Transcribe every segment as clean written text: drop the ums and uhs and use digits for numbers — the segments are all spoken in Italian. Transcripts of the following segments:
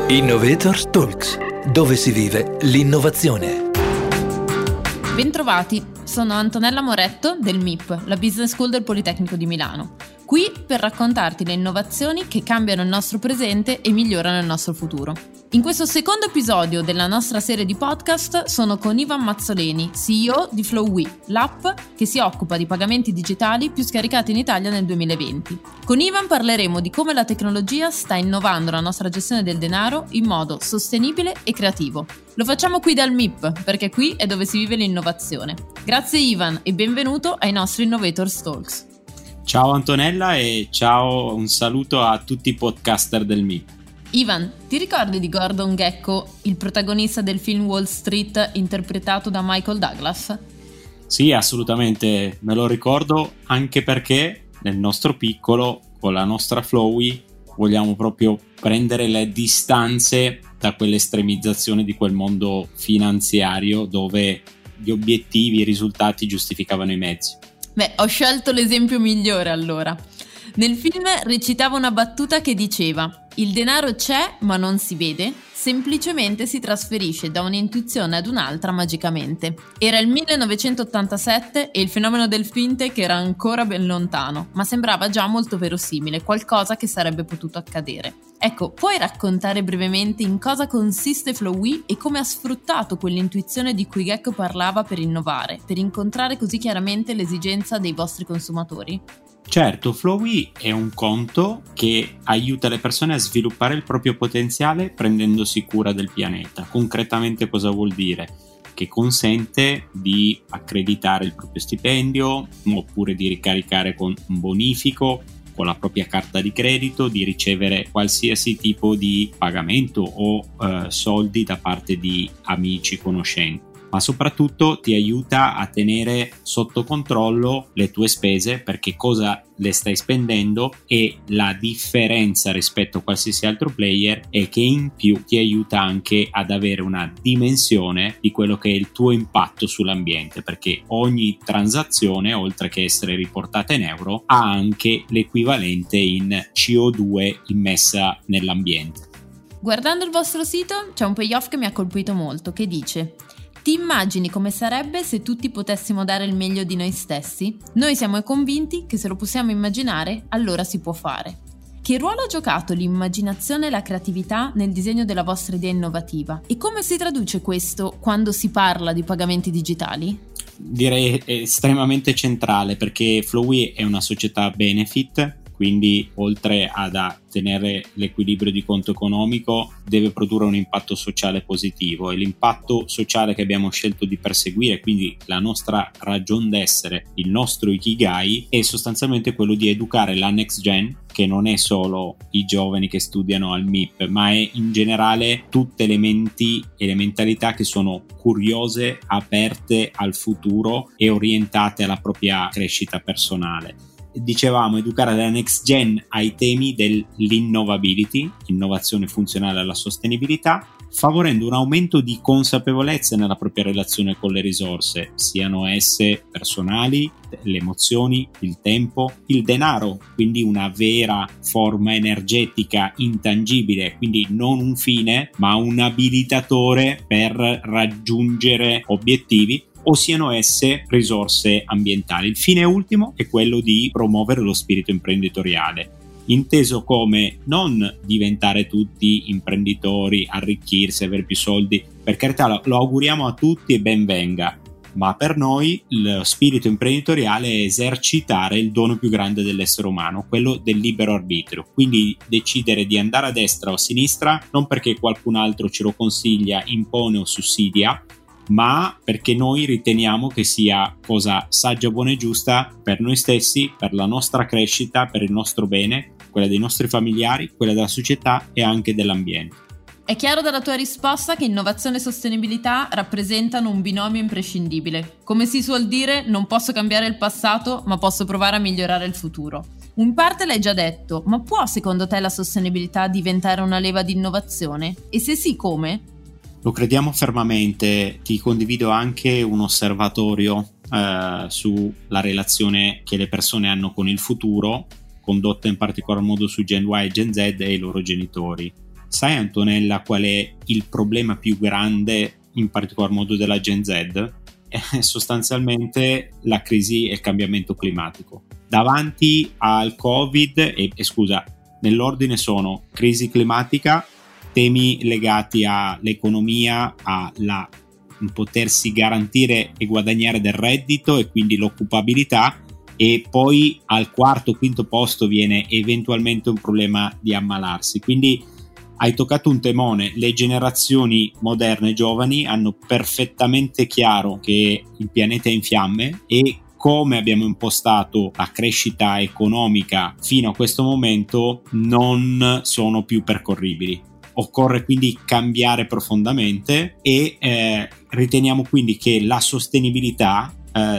Innovator Talks, dove si vive l'innovazione. Bentrovati, sono Antonella Moretto del MIP, la Business School del Politecnico di Milano. Qui per raccontarti le innovazioni che cambiano il nostro presente e migliorano il nostro futuro. In questo secondo episodio della nostra serie di podcast sono con Ivan Mazzoleni, CEO di Flowee, l'app che si occupa di pagamenti digitali più scaricati in Italia nel 2020. Con Ivan parleremo di come la tecnologia sta innovando la nostra gestione del denaro in modo sostenibile e creativo. Lo facciamo qui dal MIP, perché qui è dove si vive l'innovazione. Grazie Ivan e benvenuto ai nostri Innovator Talks. Ciao Antonella e ciao, un saluto a tutti i podcaster del MIP. Ivan, ti ricordi di Gordon Gekko, il protagonista del film Wall Street interpretato da Michael Douglas? Sì, assolutamente, me lo ricordo, anche perché nel nostro piccolo, con la nostra Flowee, vogliamo proprio prendere le distanze da quell'estremizzazione di quel mondo finanziario dove gli obiettivi e i risultati giustificavano i mezzi. Beh, ho scelto l'esempio migliore allora. Nel film recitava una battuta che diceva: il denaro c'è ma non si vede, semplicemente si trasferisce da un'intuizione ad un'altra magicamente. Era il 1987 e il fenomeno del fintech era ancora ben lontano, ma sembrava già molto verosimile, qualcosa che sarebbe potuto accadere. Ecco, puoi raccontare brevemente in cosa consiste Flowee e come ha sfruttato quell'intuizione di cui Gekko parlava per innovare, per incontrare così chiaramente l'esigenza dei vostri consumatori? Certo, Flowee è un conto che aiuta le persone a sviluppare il proprio potenziale prendendosi cura del pianeta. Concretamente cosa vuol dire? Che consente di accreditare il proprio stipendio oppure di ricaricare con un bonifico, con la propria carta di credito, di ricevere qualsiasi tipo di pagamento o soldi da parte di amici, conoscenti. Ma soprattutto ti aiuta a tenere sotto controllo le tue spese, perché cosa le stai spendendo, e la differenza rispetto a qualsiasi altro player è che in più ti aiuta anche ad avere una dimensione di quello che è il tuo impatto sull'ambiente, perché ogni transazione, oltre che essere riportata in euro, ha anche l'equivalente in CO2 immessa nell'ambiente. Guardando il vostro sito c'è un payoff che mi ha colpito molto, che dice: ti immagini come sarebbe se tutti potessimo dare il meglio di noi stessi? Noi siamo convinti che se lo possiamo immaginare, allora si può fare. Che ruolo ha giocato l'immaginazione e la creatività nel disegno della vostra idea innovativa? E come si traduce questo quando si parla di pagamenti digitali? Direi estremamente centrale, perché Flowee è una società benefit, quindi oltre ad tenere l'equilibrio di conto economico deve produrre un impatto sociale positivo, e l'impatto sociale che abbiamo scelto di perseguire, quindi la nostra ragion d'essere, il nostro ikigai, è sostanzialmente quello di educare la next gen, che non è solo i giovani che studiano al MIP, ma è in generale tutte le menti e le mentalità che sono curiose, aperte al futuro e orientate alla propria crescita personale. Dicevamo, educare la next gen ai temi dell'innovability, innovazione funzionale alla sostenibilità, favorendo un aumento di consapevolezza nella propria relazione con le risorse, siano esse personali, le emozioni, il tempo, il denaro, quindi una vera forma energetica intangibile, quindi non un fine ma un abilitatore per raggiungere obiettivi, o siano esse risorse ambientali. Il fine ultimo è quello di promuovere lo spirito imprenditoriale, inteso come non diventare tutti imprenditori, arricchirsi, avere più soldi. Per carità, lo auguriamo a tutti e ben venga, ma per noi lo spirito imprenditoriale è esercitare il dono più grande dell'essere umano, quello del libero arbitrio, quindi decidere di andare a destra o a sinistra non perché qualcun altro ce lo consiglia, impone o sussidia, ma perché noi riteniamo che sia cosa saggia, buona e giusta per noi stessi, per la nostra crescita, per il nostro bene, quella dei nostri familiari, quella della società e anche dell'ambiente. È chiaro dalla tua risposta che innovazione e sostenibilità rappresentano un binomio imprescindibile. Come si suol dire, non posso cambiare il passato, ma posso provare a migliorare il futuro. In parte l'hai già detto, ma può secondo te la sostenibilità diventare una leva di innovazione? E se sì, come? Lo crediamo fermamente. Ti condivido anche un osservatorio sulla relazione che le persone hanno con il futuro, condotta in particolar modo su Gen Y e Gen Z e i loro genitori. Sai, Antonella, qual è il problema più grande, in particolar modo della Gen Z? È sostanzialmente la crisi e il cambiamento climatico. Davanti al Covid, e scusa, nell'ordine sono crisi climatica, temi legati all'economia, alla potersi garantire e guadagnare del reddito e quindi l'occupabilità, e poi al quarto, quinto posto viene eventualmente un problema di ammalarsi. Quindi hai toccato un temone. Le generazioni moderne giovani hanno perfettamente chiaro che il pianeta è in fiamme e come abbiamo impostato la crescita economica fino a questo momento non sono più percorribili. Occorre quindi cambiare profondamente e riteniamo quindi che la sostenibilità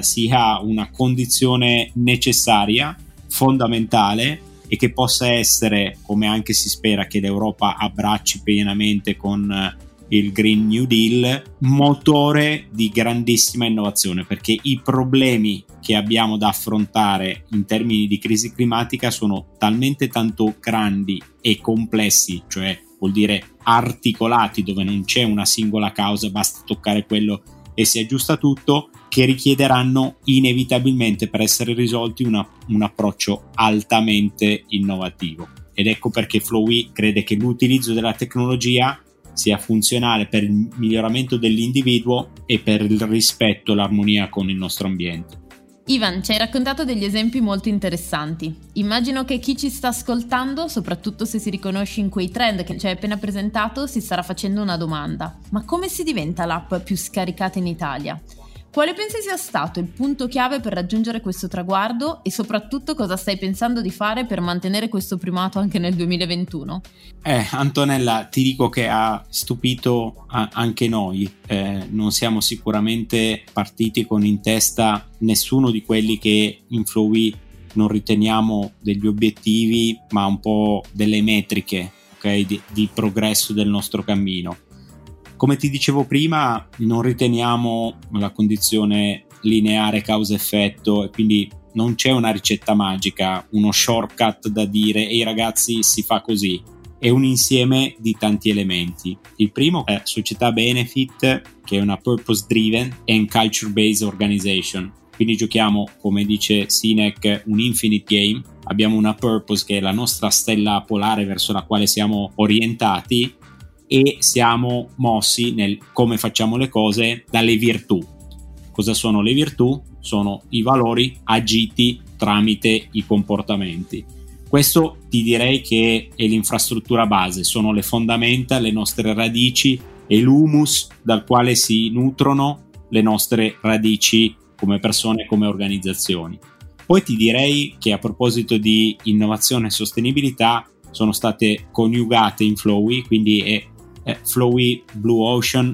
sia una condizione necessaria, fondamentale, e che possa essere, come anche si spera che l'Europa abbracci pienamente con il Green New Deal, motore di grandissima innovazione, perché i problemi che abbiamo da affrontare in termini di crisi climatica sono talmente tanto grandi e complessi, cioè vuol dire articolati, dove non c'è una singola causa, basta toccare quello e si aggiusta tutto, che richiederanno inevitabilmente, per essere risolti, un approccio altamente innovativo. Ed ecco perché Flowey crede che l'utilizzo della tecnologia sia funzionale per il miglioramento dell'individuo e per il rispetto e l'armonia con il nostro ambiente. Ivan, ci hai raccontato degli esempi molto interessanti. Immagino che chi ci sta ascoltando, soprattutto se si riconosce in quei trend che ci hai appena presentato, si starà facendo una domanda. Ma come si diventa l'app più scaricata in Italia? Quale pensi sia stato il punto chiave per raggiungere questo traguardo e soprattutto cosa stai pensando di fare per mantenere questo primato anche nel 2021? Antonella, ti dico che ha stupito anche noi. Non siamo sicuramente partiti con in testa nessuno di quelli che in Flowey non riteniamo degli obiettivi, ma un po' delle metriche, okay, di progresso del nostro cammino. Come ti dicevo prima, non riteniamo la condizione lineare causa-effetto e quindi non c'è una ricetta magica, uno shortcut da dire ehi ragazzi si fa così. È un insieme di tanti elementi. Il primo è società benefit, che è una purpose driven and culture based organization. Quindi giochiamo, come dice Sinek, un infinite game. Abbiamo una purpose che è la nostra stella polare verso la quale siamo orientati e siamo mossi nel come facciamo le cose dalle virtù. Cosa sono le virtù? Sono i valori agiti tramite i comportamenti. Questo ti direi che è l'infrastruttura base, sono le fondamenta, le nostre radici e l'humus dal quale si nutrono le nostre radici come persone, come organizzazioni. Poi ti direi che a proposito di innovazione e sostenibilità sono state coniugate in Flowey, quindi è Flowey Blue Ocean,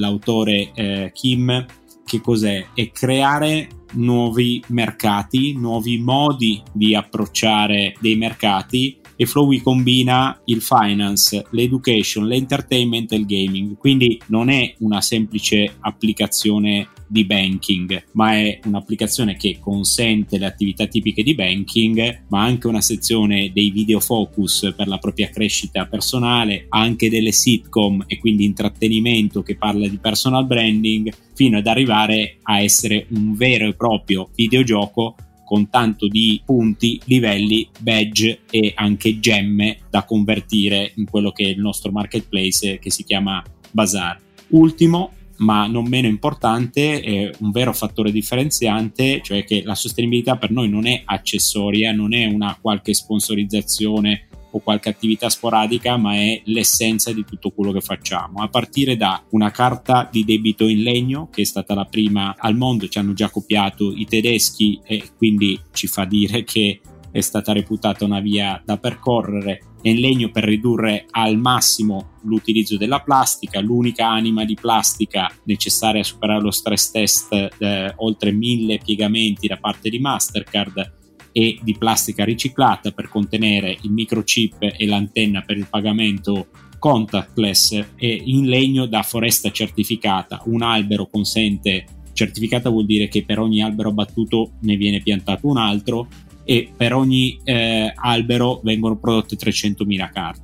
l'autore Kim, che cos'è? È creare nuovi mercati, nuovi modi di approcciare dei mercati, e Flowey combina il finance, l'education, l'entertainment e il gaming. Quindi non è una semplice applicazione di banking, ma è un'applicazione che consente le attività tipiche di banking, ma anche una sezione dei video focus per la propria crescita personale, anche delle sitcom e quindi intrattenimento che parla di personal branding, fino ad arrivare a essere un vero e proprio videogioco con tanto di punti, livelli, badge e anche gemme da convertire in quello che è il nostro marketplace che si chiama Bazaar. Ultimo, ma non meno importante, è un vero fattore differenziante, cioè che la sostenibilità per noi non è accessoria, non è una qualche sponsorizzazione o qualche attività sporadica, ma è l'essenza di tutto quello che facciamo, a partire da una carta di debito in legno che è stata la prima al mondo, ci hanno già copiato i tedeschi e quindi ci fa dire che è stata reputata una via da percorrere. È in legno per ridurre al massimo l'utilizzo della plastica, l'unica anima di plastica necessaria a superare lo stress test, oltre 1000 piegamenti da parte di Mastercard, e di plastica riciclata per contenere il microchip e l'antenna per il pagamento contactless, e in legno da foresta certificata. Un albero consente, certificata vuol dire che per ogni albero abbattuto ne viene piantato un altro, e per ogni albero vengono prodotte 300.000 carte.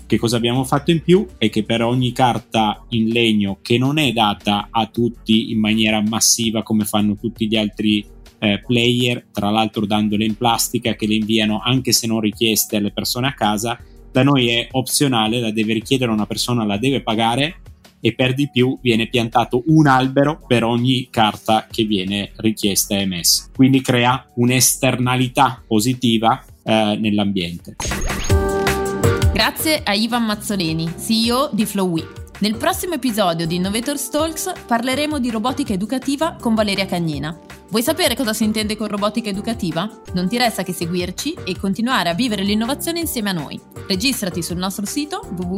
Che cosa abbiamo fatto in più è che per ogni carta in legno che non è data a tutti in maniera massiva come fanno tutti gli altri player, tra l'altro dandole in plastica che le inviano anche se non richieste alle persone a casa, da noi è opzionale, la deve richiedere una persona, la deve pagare, e per di più viene piantato un albero per ogni carta che viene richiesta e emessa, quindi crea un'esternalità positiva nell'ambiente. Grazie a Ivan Mazzoleni, CEO di Flowee. Nel prossimo episodio di Innovators Talks parleremo di robotica educativa con Valeria Cagnina. Vuoi sapere cosa si intende con robotica educativa? Non ti resta che seguirci e continuare a vivere l'innovazione insieme a noi. Registrati sul nostro sito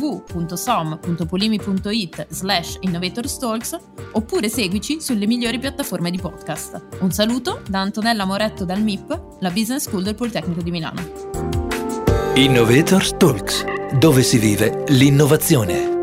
www.som.polimi.it/innovatorstalks oppure seguici sulle migliori piattaforme di podcast. Un saluto da Antonella Moretto dal MIP, la Business School del Politecnico di Milano. Innovators Talks, dove si vive l'innovazione.